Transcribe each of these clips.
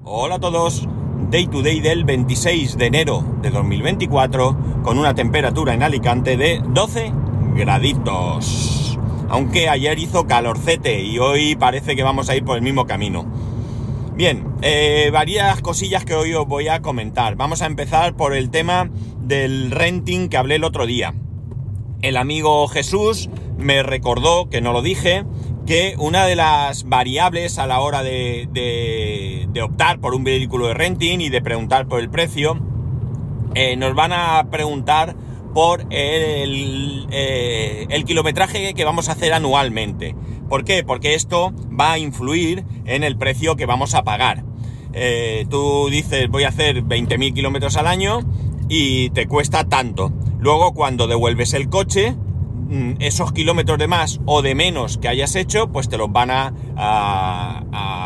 Hola a todos, Day to Day del 26 de enero de 2024 con una temperatura en Alicante de 12 graditos. Aunque ayer hizo calorcete y hoy parece que vamos a ir por el mismo camino. Bien, varias cosillas que hoy os voy a comentar. Vamos a empezar por el tema del renting que hablé el otro día. El amigo Jesús me recordó, que no lo dije, que una de las variables a la hora de optar por un vehículo de renting y de preguntar por el precio, nos van a preguntar por el kilometraje que vamos a hacer anualmente. ¿Por qué? Porque esto va a influir en el precio que vamos a pagar. Tú dices, voy a hacer 20.000 kilómetros al año y te cuesta tanto. Luego, cuando devuelves el coche, esos kilómetros de más o de menos que hayas hecho, pues te los van a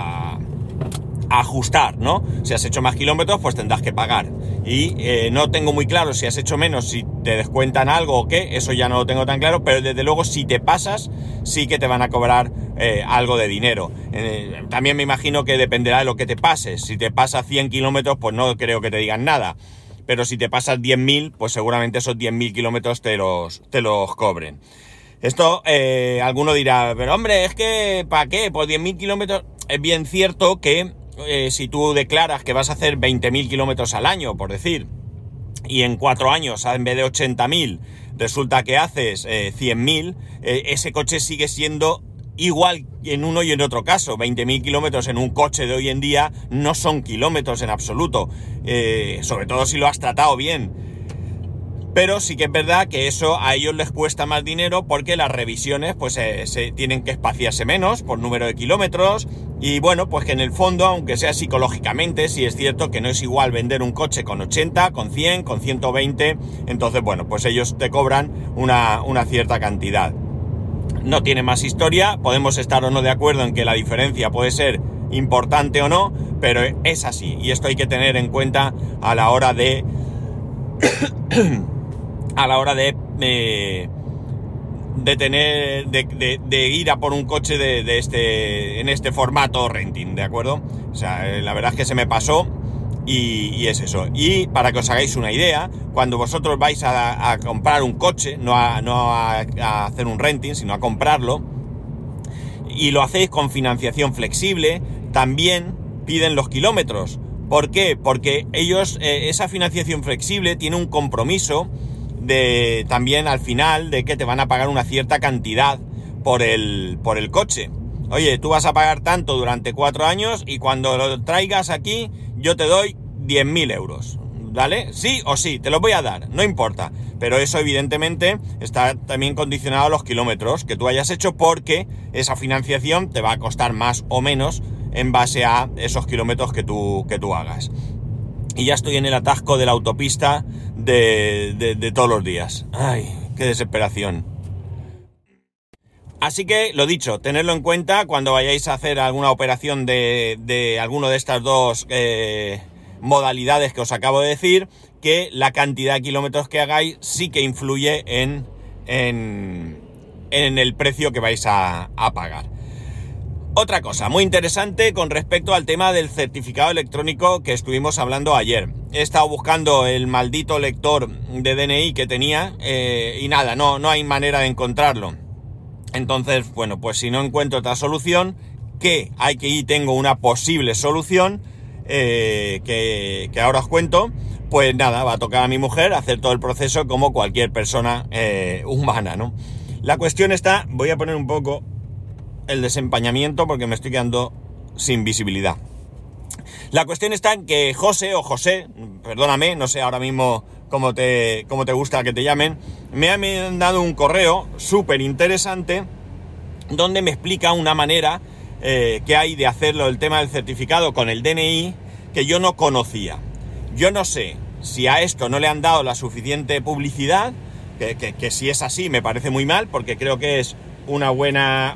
ajustar, ¿no? Si has hecho más kilómetros, pues tendrás que pagar. Y no tengo muy claro si has hecho menos, si te descuentan algo o qué, eso ya no lo tengo tan claro, pero desde luego si te pasas, sí que te van a cobrar algo de dinero. También me imagino que dependerá de lo que te pases. Si te pasas 100 kilómetros, pues no creo que te digan nada. Pero si te pasas 10.000, pues seguramente esos 10.000 kilómetros te los cobren. Esto, alguno dirá, pero hombre, es que, ¿para qué? Por 10.000 kilómetros. Es bien cierto que si tú declaras que vas a hacer 20.000 kilómetros al año, por decir, y en 4 años, en vez de 80.000, resulta que haces 100.000, ese coche sigue siendo igual en uno y en otro caso. 20.000 kilómetros en un coche de hoy en día no son kilómetros en absoluto, sobre todo si lo has tratado bien. Pero sí que es verdad que eso a ellos les cuesta más dinero porque las revisiones pues se tienen que espaciarse menos por número de kilómetros. Y bueno, pues que en el fondo, aunque sea psicológicamente, sí es cierto que no es igual vender un coche con 80, con 100, con 120. Entonces, bueno, pues ellos te cobran una cierta cantidad. No tiene más historia, podemos estar o no de acuerdo en que la diferencia puede ser importante o no, pero es así. Y esto hay que tener en cuenta a la hora de ir a por un coche en este formato renting, ¿de acuerdo? O sea, la verdad es que se me pasó y es eso. Y para que os hagáis una idea, cuando vosotros vais a comprar un coche, no a hacer un renting, sino a comprarlo, y lo hacéis con financiación flexible, también piden los kilómetros. ¿Por qué? Porque ellos, esa financiación flexible tiene un compromiso también al final de que te van a pagar una cierta cantidad por el coche. Oye, tú vas a pagar tanto durante 4 años y cuando lo traigas aquí yo te doy 10.000 euros, ¿vale? Sí o sí, te los voy a dar, no importa. Pero eso evidentemente está también condicionado a los kilómetros que tú hayas hecho, porque esa financiación te va a costar más o menos en base a esos kilómetros que tú hagas. Y ya estoy en el atasco de la autopista de todos los días. Ay, qué desesperación. Así que, lo dicho, tenedlo en cuenta cuando vayáis a hacer alguna operación de alguno de estas dos modalidades que os acabo de decir, que la cantidad de kilómetros que hagáis sí que influye en el precio que vais a pagar. Otra cosa muy interesante con respecto al tema del certificado electrónico que estuvimos hablando ayer. He estado buscando el maldito lector de DNI que tenía y nada, no hay manera de encontrarlo. Entonces, bueno, pues si no encuentro otra solución, tengo una posible solución que ahora os cuento, pues nada, va a tocar a mi mujer hacer todo el proceso como cualquier persona humana, ¿no? La cuestión está, voy a poner un poco el desempañamiento porque me estoy quedando sin visibilidad. La cuestión está en que José, perdóname, no sé ahora mismo cómo te gusta que te llamen, me han dado un correo súper interesante donde me explica una manera que hay de hacerlo, el tema del certificado con el DNI, que yo no conocía. Yo no sé si a esto no le han dado la suficiente publicidad, que si es así me parece muy mal, porque creo que es una buena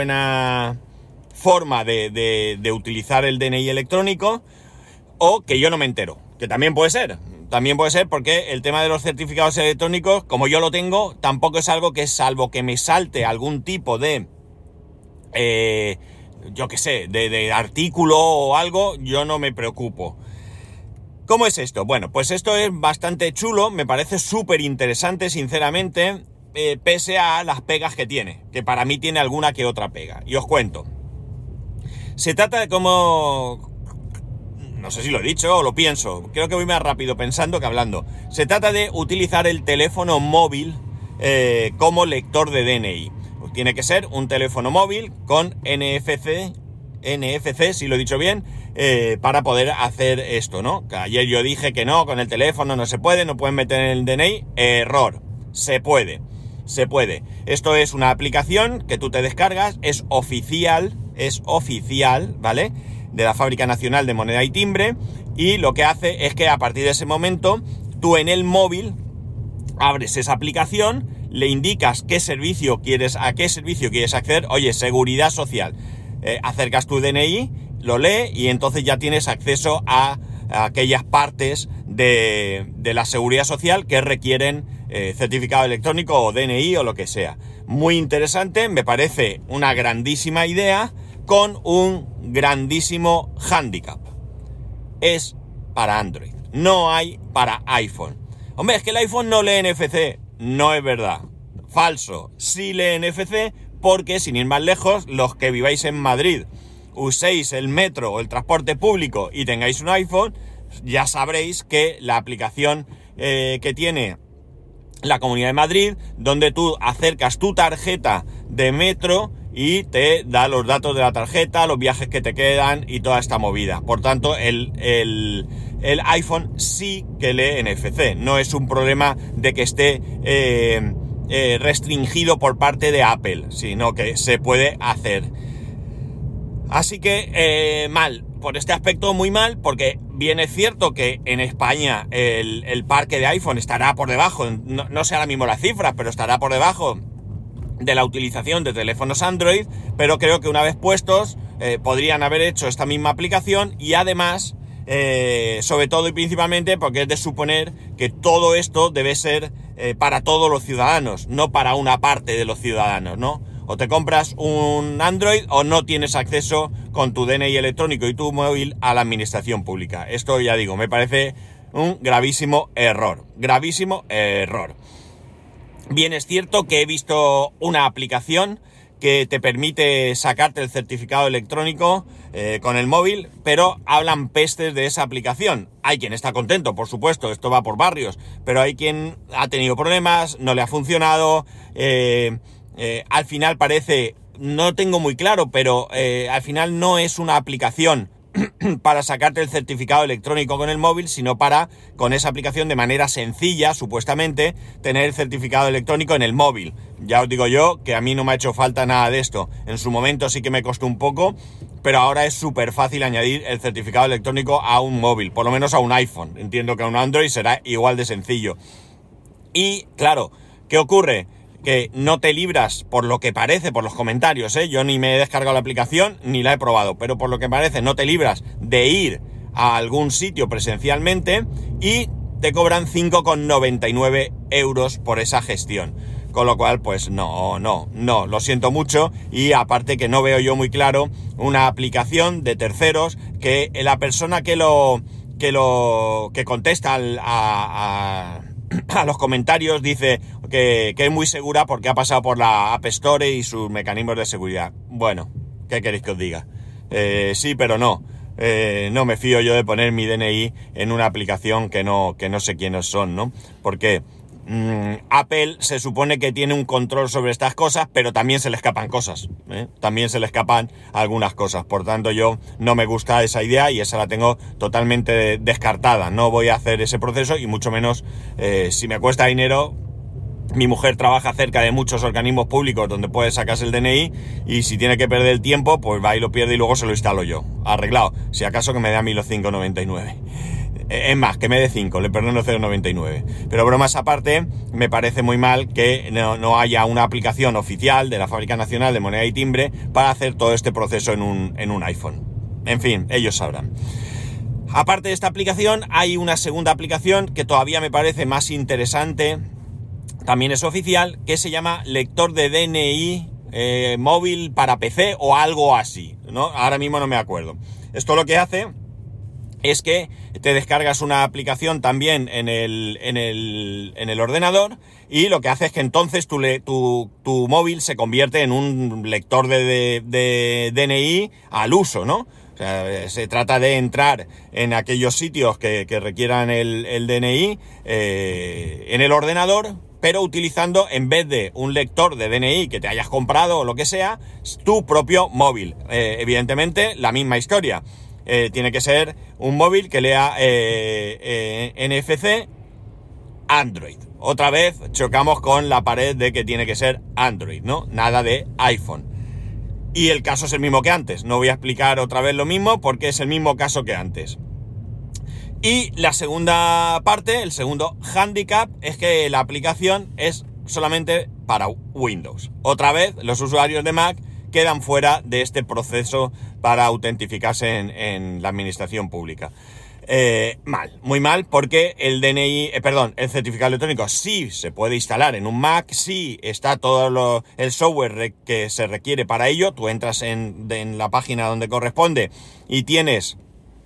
forma de utilizar el DNI electrónico, o que yo no me entero, que también puede ser porque el tema de los certificados electrónicos, como yo lo tengo, tampoco es algo que, salvo que me salte algún tipo de yo qué sé, de artículo o algo, yo no me preocupo. ¿Cómo es esto? Bueno, pues esto es bastante chulo, me parece súper interesante, sinceramente, pese a las pegas que tiene, que para mí tiene alguna que otra pega. Y os cuento. Se trata de cómo... No sé si lo he dicho o lo pienso, creo que voy más rápido pensando que hablando. Se trata de utilizar el teléfono móvil como lector de DNI. Tiene que ser un teléfono móvil con NFC, si lo he dicho bien, para poder hacer esto, ¿no? Que ayer yo dije que no, con el teléfono no se puede, no pueden meter en el DNI. Error, se puede. Esto es una aplicación que tú te descargas, es oficial, ¿vale? De la Fábrica Nacional de Moneda y Timbre, y lo que hace es que a partir de ese momento tú en el móvil abres esa aplicación, le indicas a qué servicio quieres acceder. Oye, seguridad social, acercas tu DNI, lo lee y entonces ya tienes acceso a aquellas partes de la seguridad social que requieren certificado electrónico o DNI o lo que sea. Muy interesante, me parece una grandísima idea, con un grandísimo hándicap. Es para Android, no hay para iPhone. Hombre, es que el iPhone no lee NFC. No es verdad. Falso. Sí lee NFC, porque sin ir más lejos, los que viváis en Madrid, uséis el metro o el transporte público y tengáis un iPhone, ya sabréis que la aplicación que tiene la Comunidad de Madrid, donde tú acercas tu tarjeta de metro y te da los datos de la tarjeta, los viajes que te quedan y toda esta movida. Por tanto, el iPhone sí que lee NFC. No es un problema de que esté restringido por parte de Apple, sino que se puede hacer. Así que mal. Por este aspecto muy mal, porque bien es cierto que en España el parque de iPhone estará por debajo, no sé ahora mismo las cifras, pero estará por debajo de la utilización de teléfonos Android, pero creo que una vez puestos podrían haber hecho esta misma aplicación y además, sobre todo y principalmente porque es de suponer que todo esto debe ser para todos los ciudadanos, no para una parte de los ciudadanos, ¿no? O te compras un Android o no tienes acceso con tu DNI electrónico y tu móvil a la administración pública. Esto, ya digo, me parece un gravísimo error. Bien es cierto que he visto una aplicación que te permite sacarte el certificado electrónico con el móvil, pero hablan pestes de esa aplicación. Hay quien está contento, por supuesto, esto va por barrios, pero hay quien ha tenido problemas, no le ha funcionado, al final parece, no tengo muy claro, pero al final no es una aplicación para sacarte el certificado electrónico con el móvil, sino para, con esa aplicación de manera sencilla, supuestamente, tener el certificado electrónico en el móvil. Ya os digo yo que a mí no me ha hecho falta nada de esto. En su momento sí que me costó un poco, pero ahora es súper fácil añadir el certificado electrónico a un móvil, por lo menos a un iPhone. Entiendo que a un Android será igual de sencillo. Y, claro, ¿qué ocurre? Que no te libras, por lo que parece, por los comentarios, yo ni me he descargado la aplicación ni la he probado, pero por lo que parece no te libras de ir a algún sitio presencialmente y te cobran 5,99 € por esa gestión. Con lo cual, pues no, lo siento mucho, y aparte que no veo yo muy claro una aplicación de terceros que la persona que contesta a los comentarios dice que es muy segura porque ha pasado por la App Store y sus mecanismos de seguridad. Bueno, ¿qué queréis que os diga? Sí, pero no. No me fío yo de poner mi DNI en una aplicación que no sé quiénes son, ¿no? Porque Apple se supone que tiene un control sobre estas cosas, pero también se le escapan cosas, también se le escapan algunas cosas. Por tanto, yo no me gusta esa idea y esa la tengo totalmente descartada. No voy a hacer ese proceso y mucho menos si me cuesta dinero. Mi mujer trabaja cerca de muchos organismos públicos donde puede sacarse el DNI y si tiene que perder el tiempo, pues va y lo pierde y luego se lo instalo yo. Arreglado. Si acaso que me dé a mí los 5,99. Es más, que me dé 5, le perdono 0,99. Pero bromas aparte, me parece muy mal que no haya una aplicación oficial de la Fábrica Nacional de Moneda y Timbre para hacer todo este proceso en un iPhone. En fin, ellos sabrán. Aparte de esta aplicación, hay una segunda aplicación que todavía me parece más interesante, también es oficial, que se llama Lector de DNI móvil para PC o algo así, ¿no? Ahora mismo no me acuerdo. Esto lo que hace es que te descargas una aplicación también en el ordenador, y lo que hace es que entonces tu móvil se convierte en un lector de DNI al uso, ¿no? O sea, se trata de entrar en aquellos sitios que requieran el DNI en el ordenador, pero utilizando, en vez de un lector de DNI que te hayas comprado o lo que sea, tu propio móvil. Evidentemente, la misma historia. Tiene que ser un móvil que lea NFC Android. Otra vez chocamos con la pared de que tiene que ser Android, ¿no? Nada de iPhone. Y el caso es el mismo que antes. No voy a explicar otra vez lo mismo porque es el mismo caso que antes. Y la segunda parte, el segundo handicap, es que la aplicación es solamente para Windows. Otra vez, los usuarios de Mac quedan fuera de este proceso para autentificarse en la administración pública. Mal, muy mal, porque el DNI, el certificado electrónico sí se puede instalar en un Mac, sí está todo el software que se requiere para ello. Tú entras en la página donde corresponde y tienes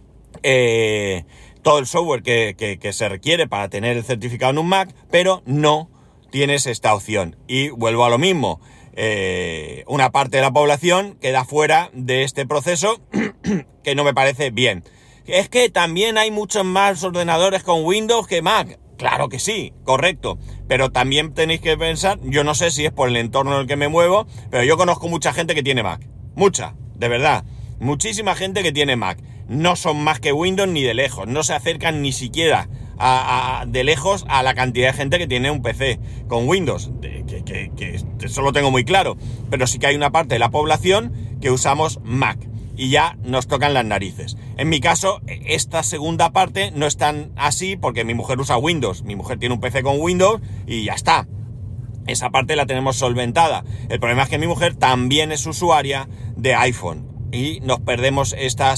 todo el software que se requiere para tener el certificado en un Mac, pero no tienes esta opción. Y vuelvo a lo mismo, una parte de la población queda fuera de este proceso que no me parece bien. Es que también hay muchos más ordenadores con Windows que Mac. Claro que sí, correcto. Pero también tenéis que pensar, yo no sé si es por el entorno en el que me muevo, pero yo conozco mucha gente que tiene Mac. Mucha, de verdad. Muchísima gente que tiene Mac. No son más que Windows ni de lejos. No se acercan ni siquiera de lejos a la cantidad de gente que tiene un PC con Windows. Que eso lo tengo muy claro. Pero sí que hay una parte de la población que usamos Mac. Y ya nos tocan las narices. En mi caso, esta segunda parte no es tan así porque mi mujer usa Windows. Mi mujer tiene un PC con Windows y ya está. Esa parte la tenemos solventada. El problema es que mi mujer también es usuaria de iPhone. Y nos perdemos esta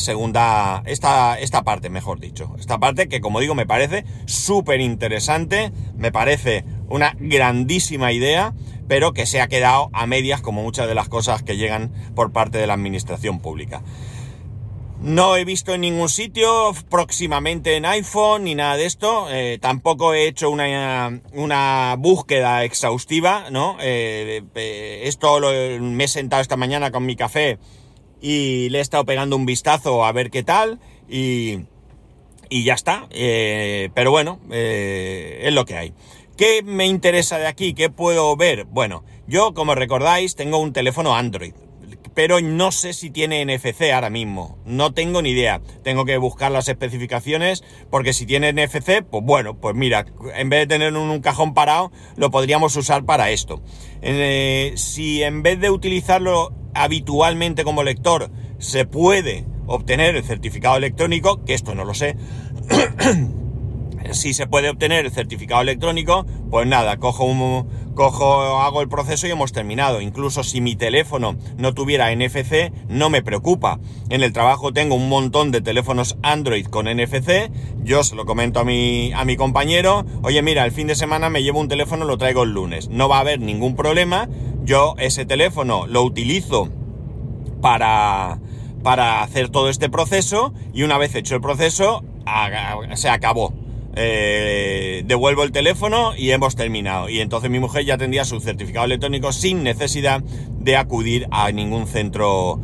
parte, mejor dicho. Esta parte que, como digo, me parece súper interesante. Me parece una grandísima idea, pero que se ha quedado a medias como muchas de las cosas que llegan por parte de la administración pública. No he visto en ningún sitio próximamente en iPhone ni nada de esto. Tampoco he hecho una búsqueda exhaustiva, ¿no? Me he sentado esta mañana con mi café y le he estado pegando un vistazo a ver qué tal y ya está. Pero bueno, es lo que hay. ¿Qué me interesa de aquí? ¿Qué puedo ver? Bueno, yo, como recordáis, tengo un teléfono Android, pero no sé si tiene NFC ahora mismo. No tengo ni idea. Tengo que buscar las especificaciones, porque si tiene NFC, pues bueno, pues mira, en vez de tener un cajón parado, lo podríamos usar para esto. Si en vez de utilizarlo habitualmente como lector, se puede obtener el certificado electrónico, que esto no lo sé. Si se puede obtener el certificado electrónico, pues nada, hago el proceso y hemos terminado. Incluso si mi teléfono no tuviera NFC, no me preocupa. En el trabajo tengo un montón de teléfonos Android con NFC. Yo se lo comento a mi compañero: oye, mira, el fin de semana me llevo un teléfono, lo traigo el lunes. No va a haber ningún problema. Yo ese teléfono lo utilizo para hacer todo este proceso, y una vez hecho el proceso, se acabó. Devuelvo el teléfono y hemos terminado, y entonces mi mujer ya tendría su certificado electrónico sin necesidad de acudir a ningún centro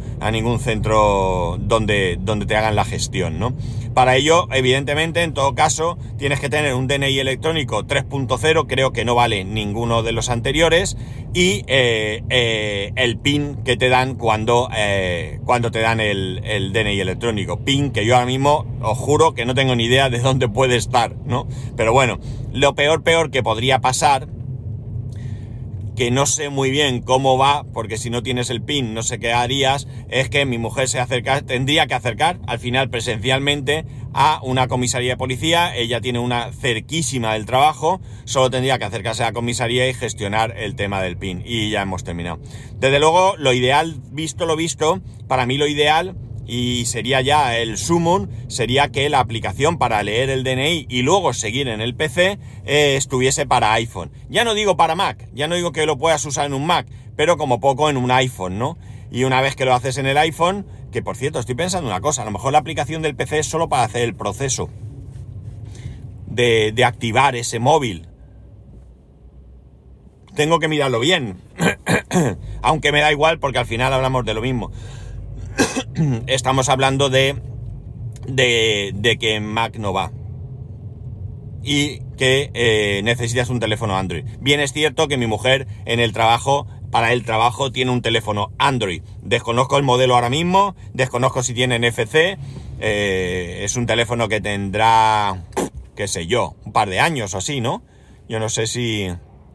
donde te hagan la gestión, ¿no? Para ello, evidentemente, en todo caso, tienes que tener un DNI electrónico 3.0, creo que no vale ninguno de los anteriores, y el PIN que te dan cuando te dan el DNI electrónico. PIN que yo ahora mismo os juro que no tengo ni idea de dónde puede estar, ¿no? Pero bueno, lo peor que podría pasar, que no sé muy bien cómo va, porque si no tienes el PIN no sé qué harías, es que mi mujer tendría que acercar al final presencialmente a una comisaría de policía. Ella tiene una cerquísima del trabajo, solo tendría que acercarse a la comisaría y gestionar el tema del PIN, y ya hemos terminado. Desde luego, lo ideal, visto lo visto, para mí lo ideal y sería ya el sumum, sería que la aplicación para leer el DNI y luego seguir en el PC estuviese para iPhone. Ya no digo para Mac, ya no digo que lo puedas usar en un Mac, pero como poco en un iPhone, ¿no? Y una vez que lo haces en el iPhone, que por cierto, estoy pensando una cosa, a lo mejor la aplicación del PC es solo para hacer el proceso de activar ese móvil. Tengo que mirarlo bien, aunque me da igual porque al final hablamos de lo mismo. Estamos hablando de que en Mac no va y que necesitas un teléfono Android. Bien es cierto que mi mujer en el trabajo, para el trabajo, tiene un teléfono Android. Desconozco el modelo ahora mismo, desconozco si tiene NFC. Es un teléfono que tendrá, qué sé yo, un par de años o así, ¿no? Yo no sé si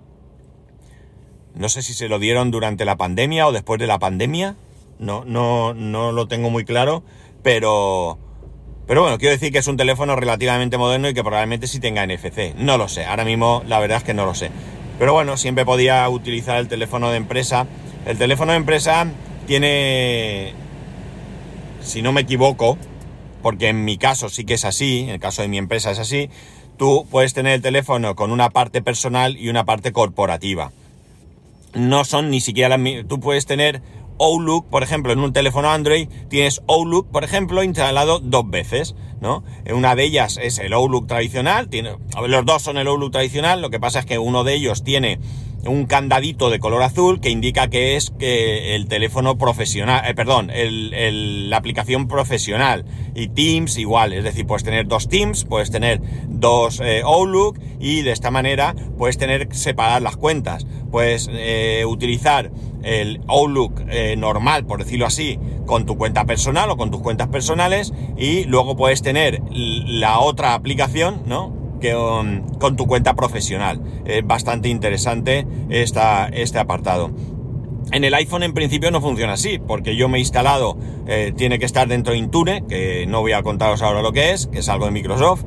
se lo dieron durante la pandemia o después de la pandemia. No lo tengo muy claro, pero bueno, quiero decir que es un teléfono relativamente moderno y que probablemente sí tenga NFC. No lo sé, ahora mismo la verdad es que no lo sé. Pero bueno, siempre podía utilizar el teléfono de empresa. El teléfono de empresa tiene, si no me equivoco, porque en mi caso sí que es así, en el caso de mi empresa es así, tú puedes tener el teléfono con una parte personal y una parte corporativa. No son ni siquiera tú puedes tener Outlook, por ejemplo, en un teléfono Android tienes Outlook, por ejemplo, instalado 2 veces, ¿no? Una de ellas es el Outlook tradicional, los dos son el Outlook tradicional, lo que pasa es que uno de ellos tiene un candadito de color azul que indica que es que el teléfono profesional, la aplicación profesional, y Teams igual, es decir, puedes tener 2 Teams, puedes tener 2 Outlook y de esta manera puedes tener separadas las cuentas, puedes utilizar el Outlook normal, por decirlo así, con tu cuenta personal o con tus cuentas personales y luego puedes tener la otra aplicación, ¿no?, que con tu cuenta profesional. Es bastante interesante este apartado. En el iPhone en principio no funciona así, porque yo me he instalado, tiene que estar dentro de Intune, que no voy a contaros ahora lo que es algo de Microsoft,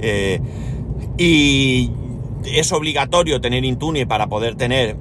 y es obligatorio tener Intune para poder tener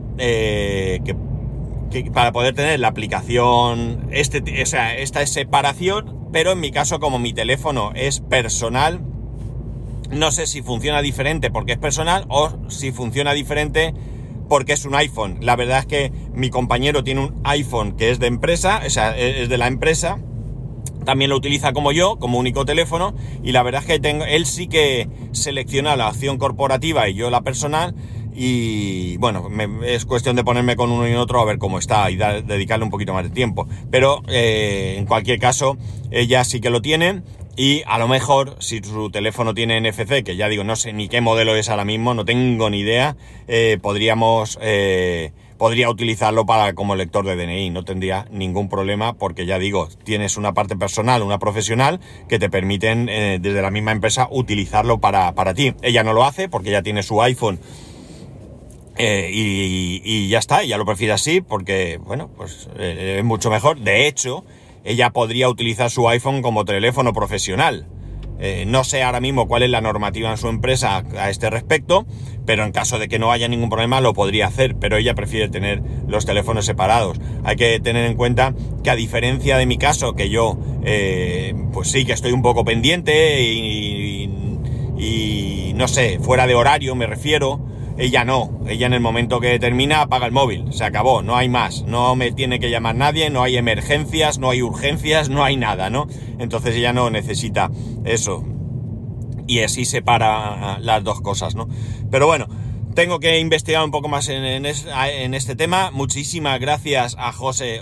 para poder tener la aplicación, esta separación, pero en mi caso, como mi teléfono es personal, no sé si funciona diferente porque es personal o si funciona diferente porque es un iPhone. La verdad es que mi compañero tiene un iPhone que es de empresa, o sea, es de la empresa, también lo utiliza como yo, como único teléfono, y la verdad es que él sí que selecciona la opción corporativa y yo la personal, y bueno, es cuestión de ponerme con uno y otro a ver cómo está y dedicarle un poquito más de tiempo. Pero en cualquier caso, ella sí que lo tiene. Y a lo mejor, si su teléfono tiene NFC, que ya digo, no sé ni qué modelo es ahora mismo, no tengo ni idea, podría utilizarlo como lector de DNI, no tendría ningún problema, porque ya digo, tienes una parte personal, una profesional, que te permiten desde la misma empresa utilizarlo para ti. Ella no lo hace porque ya tiene su iPhone y ya está, ella lo prefiere así porque, bueno, pues es mucho mejor. De hecho, ella podría utilizar su iPhone como teléfono profesional. No sé ahora mismo cuál es la normativa en su empresa a este respecto, pero en caso de que no haya ningún problema lo podría hacer, pero ella prefiere tener los teléfonos separados. Hay que tener en cuenta que, a diferencia de mi caso, que yo pues sí que estoy un poco pendiente y no sé, fuera de horario me refiero, ella no, ella en el momento que termina apaga el móvil, se acabó, no hay más, no me tiene que llamar nadie, no hay emergencias, no hay urgencias, no hay nada, ¿no? Entonces ella no necesita eso, y así separa las dos cosas, ¿no? Pero bueno, tengo que investigar un poco más en este tema. Muchísimas gracias a José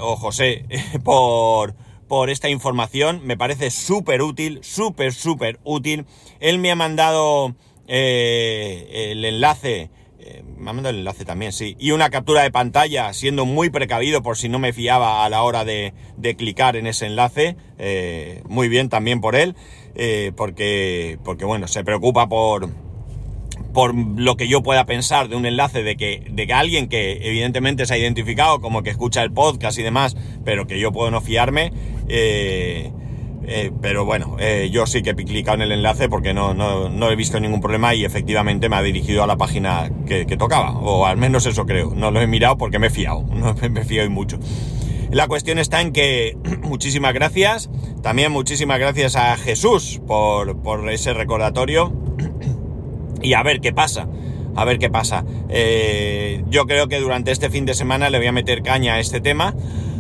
por esta información, me parece súper útil, súper útil. Él me ha mandado el enlace. Me ha mandado el enlace también, sí. Y una captura de pantalla, siendo muy precavido por si no me fiaba a la hora de clicar en ese enlace. Muy bien también por él, porque bueno, se preocupa por lo que yo pueda pensar de un enlace de que alguien que evidentemente se ha identificado como que escucha el podcast y demás, pero que yo puedo no fiarme. Pero bueno, yo sí que he clicado en el enlace porque no he visto ningún problema y efectivamente me ha dirigido a la página que tocaba, o al menos eso creo. No lo he mirado porque me he fiado, no me he fiado y mucho. La cuestión está en que muchísimas gracias, también muchísimas gracias a Jesús por ese recordatorio, y a ver qué pasa. Yo creo que durante este fin de semana le voy a meter caña a este tema,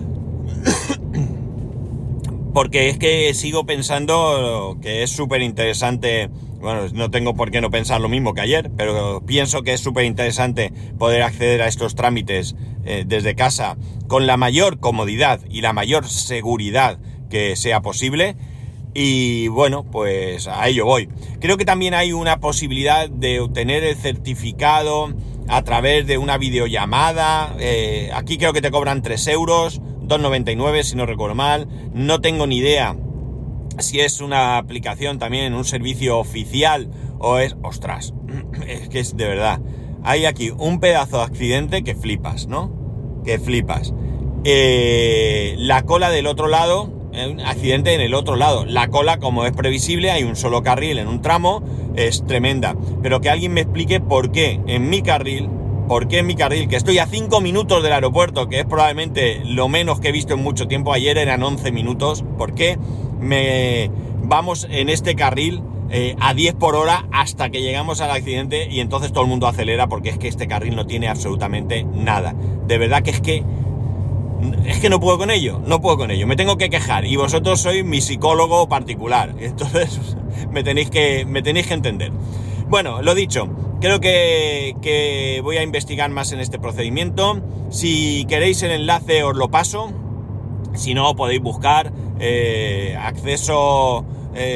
porque es que sigo pensando que es súper interesante. Bueno, no tengo por qué no pensar lo mismo que ayer, pero pienso que es súper interesante poder acceder a estos trámites desde casa con la mayor comodidad y la mayor seguridad que sea posible. Y bueno, pues a ello voy. Creo que también hay una posibilidad de obtener el certificado a través de una videollamada. Aquí creo que te cobran 3 euros, 2,99 si no recuerdo mal. No tengo ni idea si es una aplicación también, un servicio oficial o es... ¡Ostras! Es que es de verdad. Hay aquí un pedazo de accidente que flipas, ¿no? Que flipas. La cola del otro lado, un accidente en el otro lado. La cola, como es previsible, hay un solo carril en un tramo, es tremenda. Pero que alguien me explique por qué en mi carril, que estoy a 5 minutos del aeropuerto, que es probablemente lo menos que he visto en mucho tiempo. Ayer eran 11 minutos. ¿Por qué vamos en este carril a 10 por hora hasta que llegamos al accidente y entonces todo el mundo acelera? Porque es que este carril no tiene absolutamente nada. De verdad que es que no puedo con ello, me tengo que quejar, y vosotros sois mi psicólogo particular, entonces me tenéis que entender. Bueno, lo dicho, creo que voy a investigar más en este procedimiento. Si queréis el enlace os lo paso, si no podéis buscar acceso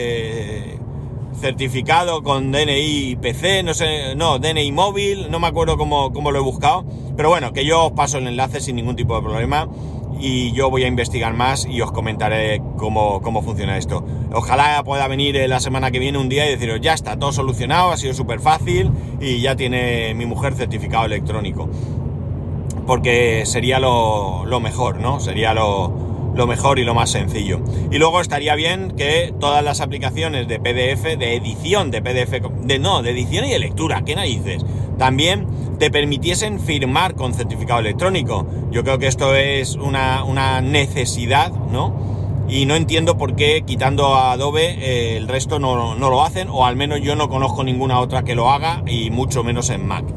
certificado con DNI PC, DNI móvil, no me acuerdo cómo lo he buscado, pero bueno, que yo os paso el enlace sin ningún tipo de problema, y yo voy a investigar más y os comentaré cómo funciona esto. Ojalá pueda venir la semana que viene un día y deciros, ya está, todo solucionado, ha sido súper fácil y ya tiene mi mujer certificado electrónico, porque sería lo mejor, ¿no? Sería lo mejor y lo más sencillo. Y luego estaría bien que todas las aplicaciones de PDF, de edición de PDF, de edición y de lectura, ¿qué narices?, también te permitiesen firmar con certificado electrónico. Yo creo que esto es una necesidad, ¿no? Y no entiendo por qué, quitando a Adobe, el resto no lo hacen, o al menos yo no conozco ninguna otra que lo haga, y mucho menos en Mac.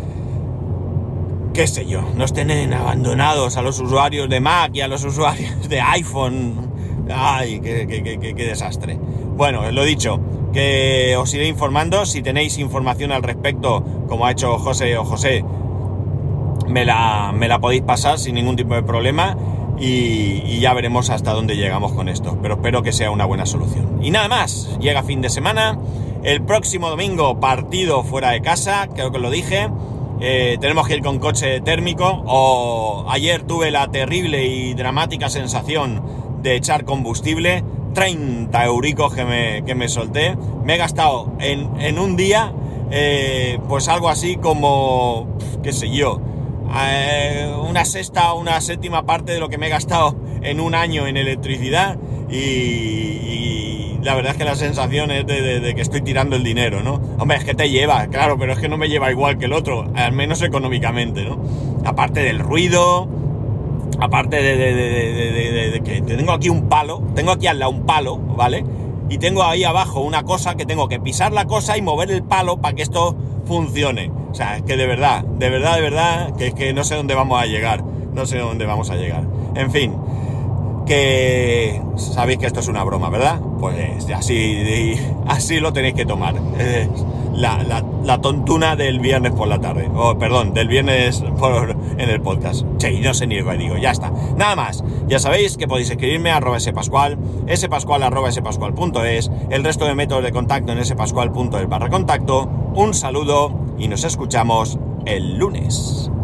Qué sé yo, nos tienen abandonados a los usuarios de Mac y a los usuarios de iPhone. ¡Ay, qué desastre! Bueno, lo dicho, que os iré informando. Si tenéis información al respecto, como ha hecho José o José, me la podéis pasar sin ningún tipo de problema, y ya veremos hasta dónde llegamos con esto. Pero espero que sea una buena solución. Y nada más, llega fin de semana. El próximo domingo, partido fuera de casa, creo que lo dije. Tenemos que ir con coche térmico, o ayer tuve la terrible y dramática sensación de echar combustible, 30 euricos que me solté. Me he gastado en un día pues algo así como, qué sé yo, una sexta o una séptima parte de lo que me he gastado en un año en electricidad, y la verdad es que la sensación es de que estoy tirando el dinero, ¿no? Hombre, es que te lleva, claro, pero es que no me lleva igual que el otro, al menos económicamente, ¿no? Aparte del ruido, aparte de que tengo aquí un palo, tengo aquí al lado un palo, ¿vale? Y tengo ahí abajo una cosa que tengo que pisar la cosa y mover el palo para que esto funcione. O sea, es que de verdad, que es que no sé dónde vamos a llegar, En fin, que sabéis que esto es una broma, ¿verdad? Pues así lo tenéis que tomar. La tontuna del viernes por la tarde, del viernes en el podcast. Sí, no sé ni lo que digo, ya está. Nada más, ya sabéis que podéis escribirme a @spascual, spascual@spascual.es, el resto de métodos de contacto en spascual.es/contacto. Un saludo y nos escuchamos el lunes.